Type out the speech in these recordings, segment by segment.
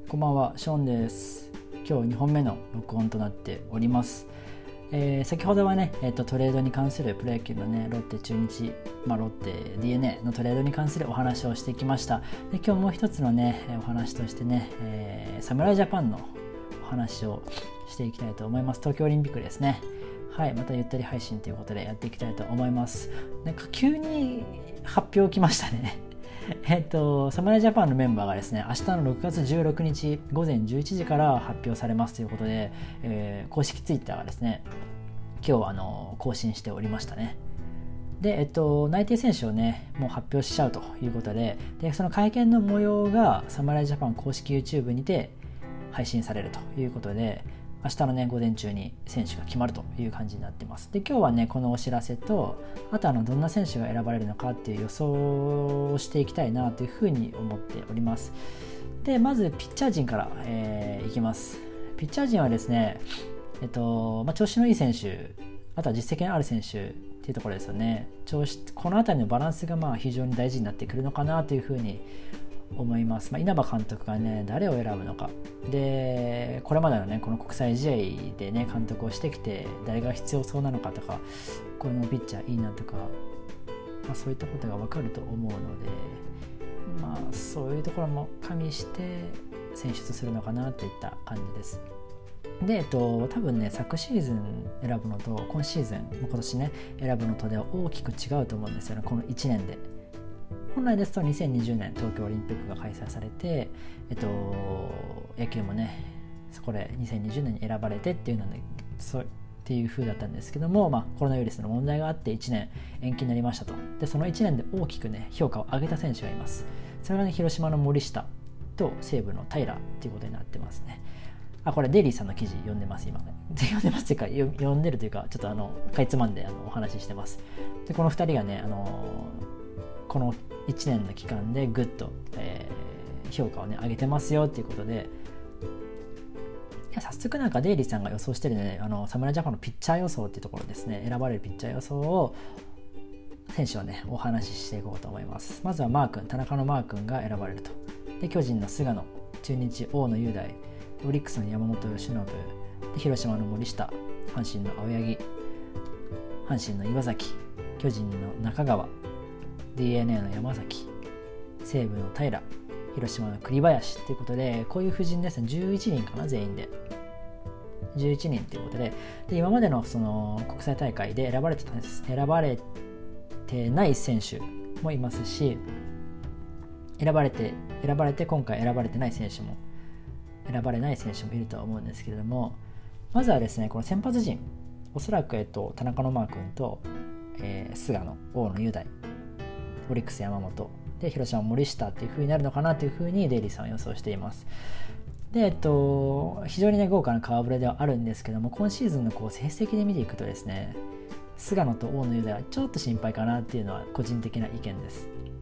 こんばんは、ショーンです。今日2本目の録音となっております。先ほどはね、トレードに関するプロ野球のね、ロッテ中日、ロッテ DNA のトレードに関するお話をしてきました。で、今日もう一つのね、お話としてね、侍ジャパンのお話をしていきたいと思います。東京オリンピックですね。はい、またゆったり配信ということでやっていきたいと思います。なんか急に発表来ましたね。侍ジャパンのメンバーがですね、明日の6月16日午前11時から発表されますということで、公式ツイッターがですね、今日更新しておりましたね。で、内定選手をね、もう発表しちゃうということで、その会見の模様が侍ジャパン公式 YouTube にて配信されるということで、明日のね午前中に選手が決まるという感じになってます。で、今日はねこのお知らせと、あとどんな選手が選ばれるのかっていう予想をしていきたいなというふうに思っております。で、まずピッチャー陣から、いきます。ピッチャー陣はですね、調子のいい選手、あとは実績のある選手っていうところですよね。この辺りのバランスが非常に大事になってくるのかなというふうに思います。稲葉監督がね誰を選ぶのかで、これまでのねこの国際試合でね監督をしてきて誰が必要そうなのかとか、このピッチャーいいなとか、そういったことが分かると思うので、そういうところも加味して選出するのかなといった感じです。で、多分ね昨シーズン選ぶのと今シーズン今年ね選ぶのとでは大きく違うと思うんですよね。この1年で本来ですと2020年東京オリンピックが開催されて、野球もねそこで2020年に選ばれてっていうのでっていう風だったんですけども、コロナウイルスの問題があって1年延期になりましたと。でその1年で大きくね評価を上げた選手がいます。それがね広島の森下と西武の平っていうことになってますね。これデイリーさんの記事読んでます今ね。読んでますっていうか読んでるというか、ちょっとかいつまんでお話ししてます。でこの2人がねこの1年の期間でぐっと、評価をね上げてますよっていうことで、早速デイリーさんが予想してるね侍ジャパンのピッチャー予想っていうところですね、選ばれるピッチャー予想を選手はねお話ししていこうと思います。まずは田中のマー君が選ばれると。で巨人の菅野、中日大野雄大、オリックスの山本由伸、で広島の森下、阪神の青柳、阪神の岩崎、巨人の中川、DNA の山崎、西武の平、広島の栗林ということで、こういう布陣ですね。11人かな、全員で11人ということで、今までのその国際大会で選ばれてない選手もいますし、選ばれて今回選ばれてない選手も選ばれない選手もいるとは思うんですけれども、まずはですねこの先発陣、おそらく、田中のマー君と、菅野、大野雄大、オリックス山本で広島森下っていう風になるのかなという風にデイリーさんは予想しています。で、非常にね豪華な顔ぶれではあるんですけども、今シーズンの成績で見ていくとですね、菅野と大野雄大はちょっと心配かなっていうのは個人的な意見です。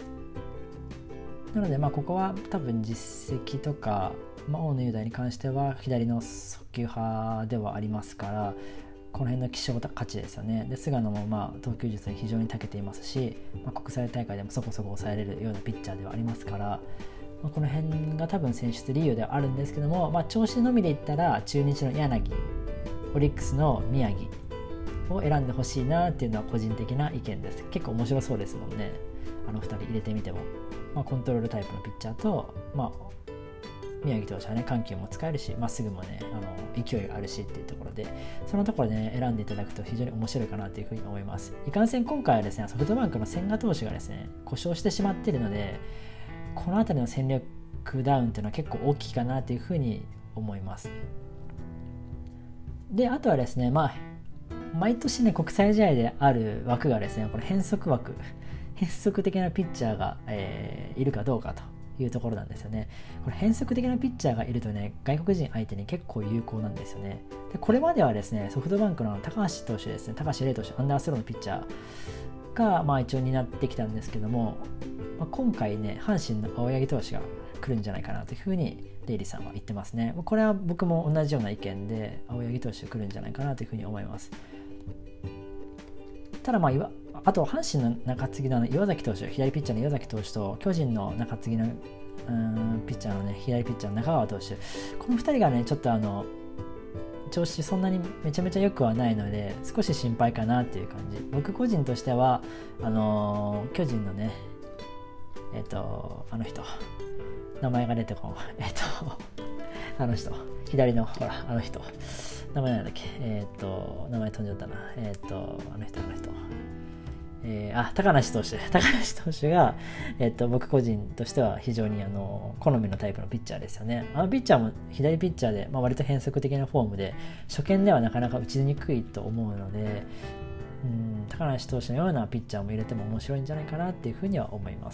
なのでここは多分実績とか、大野雄大に関しては左の速球派ではありますから、この辺の希少価値ですよね。で菅野も投球術に非常に長けていますし、国際大会でもそこそこ抑えれるようなピッチャーではありますから、この辺が多分選出理由ではあるんですけども、調子のみで言ったら中日の柳、オリックスの宮城を選んでほしいなっていうのは個人的な意見です。結構面白そうですもんね、2人入れてみても。コントロールタイプのピッチャーと、宮城投手はね緩急も使えるし、まっすぐもね勢いがあるしっていうところで、そのところでね選んでいただくと非常に面白いかなというふうに思います。いかんせん今回はですねソフトバンクの千賀投手がですね故障してしまっているので、この辺りの戦力ダウンっていうのは結構大きいかなというふうに思います。で、あとはですね毎年ね国際試合である枠がですね、これ変則的なピッチャーが、いるかどうかというところなんですよね。これ変則的なピッチャーがいるとね外国人相手に結構有効なんですよね。でこれまではですねソフトバンクの高橋投手ですね、高橋礼投手、アンダースローのピッチャーが一応担ってきたんですけども、今回ね阪神の青柳投手が来るんじゃないかなというふうにデイリーさんは言ってますね。これは僕も同じような意見で、青柳投手来るんじゃないかなというふうに思います。ただあと阪神の中継ぎの岩崎投手、左ピッチャーの岩崎投手と巨人の中継ぎのピッチャーのね、左ピッチャーの中川投手、この2人がねちょっと調子そんなにめちゃめちゃ良くはないので少し心配かなっていう感じ。僕個人としては巨人のねあの人名前が出てこんあの人左のほらあの人名前なんだっけ名前飛んじゃったなあの人高梨投手が、僕個人としては非常に好みのタイプのピッチャーですよね。ピッチャーも左ピッチャーで、割と変則的なフォームで初見ではなかなか打ちにくいと思うので、高梨投手のようなピッチャーも入れても面白いんじゃないかなっていうふうには思います。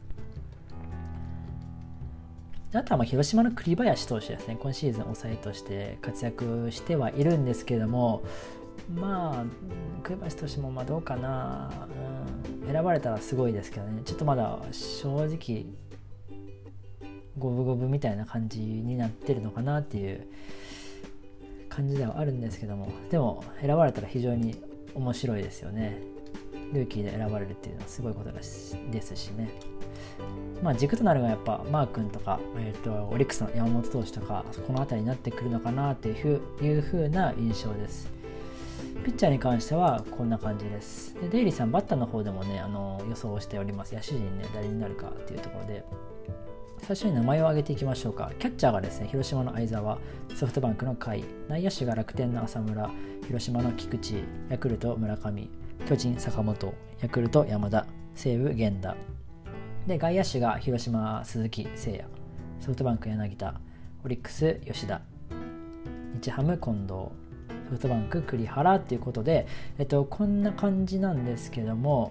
あとは広島の栗林投手ですね。今シーズン抑えとして活躍してはいるんですけれども、栗林投手もどうかな、選ばれたらすごいですけどね、ちょっとまだ正直五分五分みたいな感じになってるのかなっていう感じではあるんですけども、でも選ばれたら非常に面白いですよね。ルーキーで選ばれるっていうのはすごいことですしね。軸となるのはやっぱマー君とか、オリックスの山本投手とかこの辺りになってくるのかなっていう風な印象です。ピッチャーに関してはこんな感じです。でデイリーさんバッターの方でもね予想をしております。野手陣ね誰になるかっていうところで最初に名前を挙げていきましょうか。キャッチャーがですね広島の相澤、ソフトバンクの甲斐、内野手が楽天の浅村、広島の菊池、ヤクルト村上、巨人坂本、ヤクルト山田、西武源田で、外野手が広島鈴木誠也、ソフトバンク柳田、オリックス吉田、日ハム近藤、ソフトバンク栗原っていうことで、こんな感じなんですけども、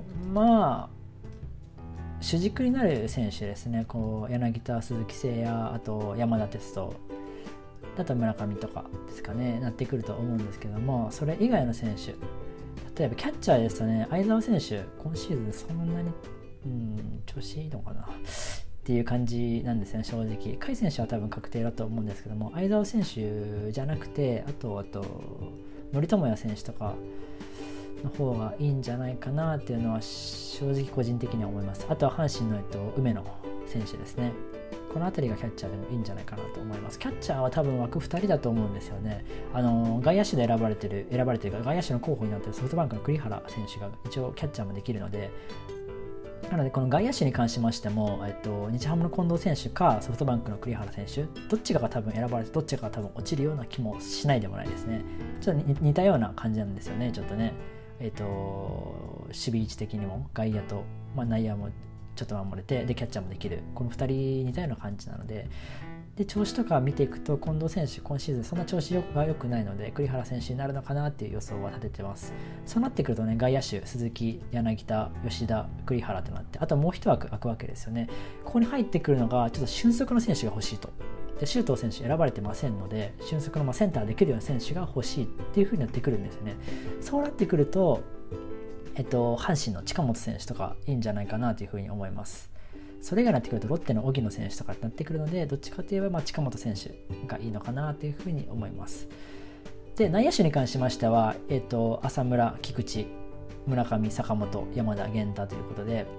主軸になる選手ですね。柳田、鈴木誠也、あと山田哲人、あと村上とかですかね、なってくると思うんですけども、それ以外の選手、例えばキャッチャーですとね、相澤選手今シーズンそんなに調子いいのかなっていう感じなんですよね、正直。甲斐選手は多分確定だと思うんですけども、相澤選手じゃなくてあと森友哉選手とかの方がいいんじゃないかなっていうのは正直個人的には思います。あとは阪神の梅野選手ですね。この辺りがキャッチャーでもいいんじゃないかなと思います。キャッチャーは多分枠2人だと思うんですよね。外野手で選ばれてるか外野手の候補になっているソフトバンクの栗原選手が一応キャッチャーもできるので、なのでこの外野手に関しましても、日ハムの近藤選手かソフトバンクの栗原選手、どっちかが多分選ばれてどっちかが多分落ちるような気もしないでもないですね。ちょっと似たような感じなんですよね。ちょっとね、守備位置的にも外野と、内野もちょっと守れて、でキャッチャーもできる、この2人似たような感じなので、調子とか見ていくと近藤選手今シーズンそんな調子が良くないので栗原選手になるのかなっていう予想は立ててます。そうなってくるとね、外野手鈴木、柳田、吉田、栗原となって、あともう一枠空くわけですよね。ここに入ってくるのがちょっと俊足の選手が欲しいと。で周東選手選ばれてませんので、俊足のセンターできるような選手が欲しいっていう風になってくるんですよね。そうなってくると阪神の近本選手とかいいんじゃないかなという風に思います。それ以外になってくるとロッテの荻野選手とかになってくるので、どっちかといえば近本選手がいいのかなというふうに思います。で内野手に関しましては、浅村、菊池、村上、坂本、山田、源田ということで、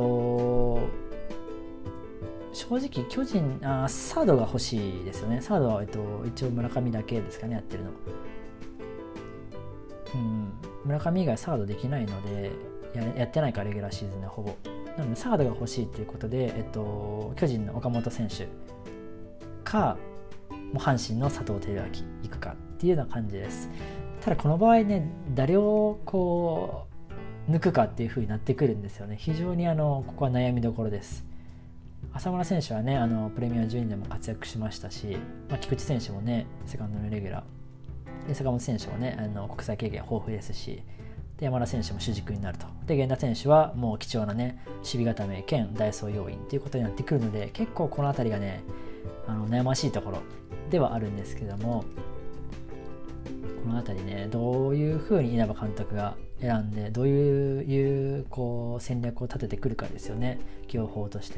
正直巨人サードが欲しいですよね。サードは、一応村上だけですかね、やってるの。村上以外サードできないので やってないから、レギュラーシーズンでほぼ。なのでサードが欲しいということで、巨人の岡本選手かもう阪神の佐藤輝明行くかっていうような感じです。ただこの場合ね、誰を抜くかっていう風になってくるんですよね。非常にここは悩みどころです。浅村選手はねプレミア12でも活躍しましたし、菊池選手もねセカンドのレギュラーで、坂本選手もね国際経験豊富ですし、で山田選手も主軸になると。で源田選手はもう貴重なね守備固め兼代走要員ということになってくるので、結構この辺りがね悩ましいところではあるんですけども、この辺りねどういうふうに稲葉監督が選んで、どういう戦略を立ててくるかですよね、起用法として。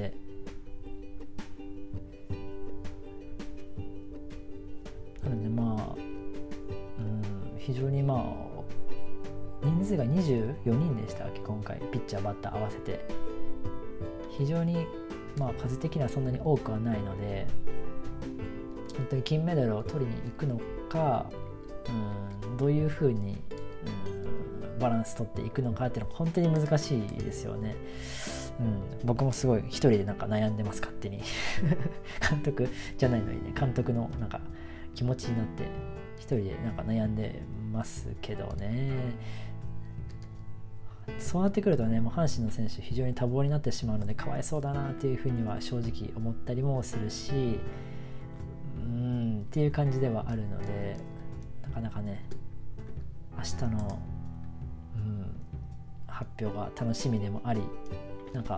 なので非常に人数が24人でしたっけ今回、ピッチャーバッター合わせて。非常に数的にはそんなに多くはないので、本当に金メダルを取りに行くのか、どういうふうにバランス取っていくのかっていうのは本当に難しいですよね。僕もすごい一人でなんか悩んでます、勝手に監督じゃないのにね、監督のなんか気持ちになって一人でなんか悩んでますけどね。そうなってくるとね、もう阪神の選手非常に多忙になってしまうのでかわいそうだなっていうふうには正直思ったりもするし、っていう感じではあるので、なかなかね明日の、発表が楽しみでもあり、なんか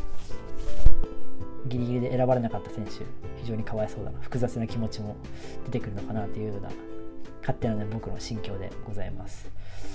ギリギリで選ばれなかった選手非常にかわいそうだな、複雑な気持ちも出てくるのかなというような勝手な、僕の心境でございます。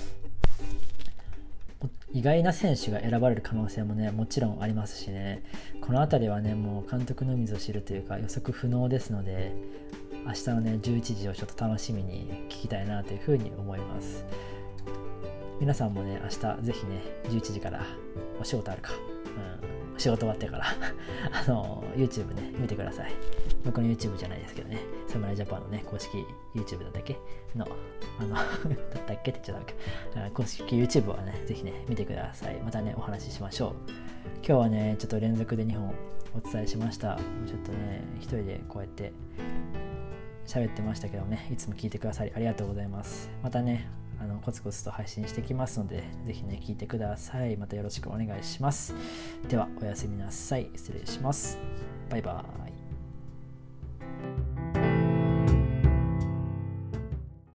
意外な選手が選ばれる可能性もねもちろんありますしね、この辺りはねもう監督のみぞ知るというか予測不能ですので、明日のね11時をちょっと楽しみに聞きたいなというふうに思います。皆さんもね明日ぜひね11時からお仕事あるか、仕事終わってからYouTube ね見てください。僕の YouTube じゃないですけどね、侍ジャパンのね公式 YouTube だったっけのだったっけって言っちゃダメか、公式 YouTube はねぜひね見てください。またねお話ししましょう。今日はねちょっと連続で2本お伝えしました。ちょっとね一人でこうやって喋ってましたけどね、いつも聞いてくださりありがとうございます。またねコツコツと配信してきますので、ぜひね聞いてください。またよろしくお願いします。ではおやすみなさい。失礼します。バイバーイ。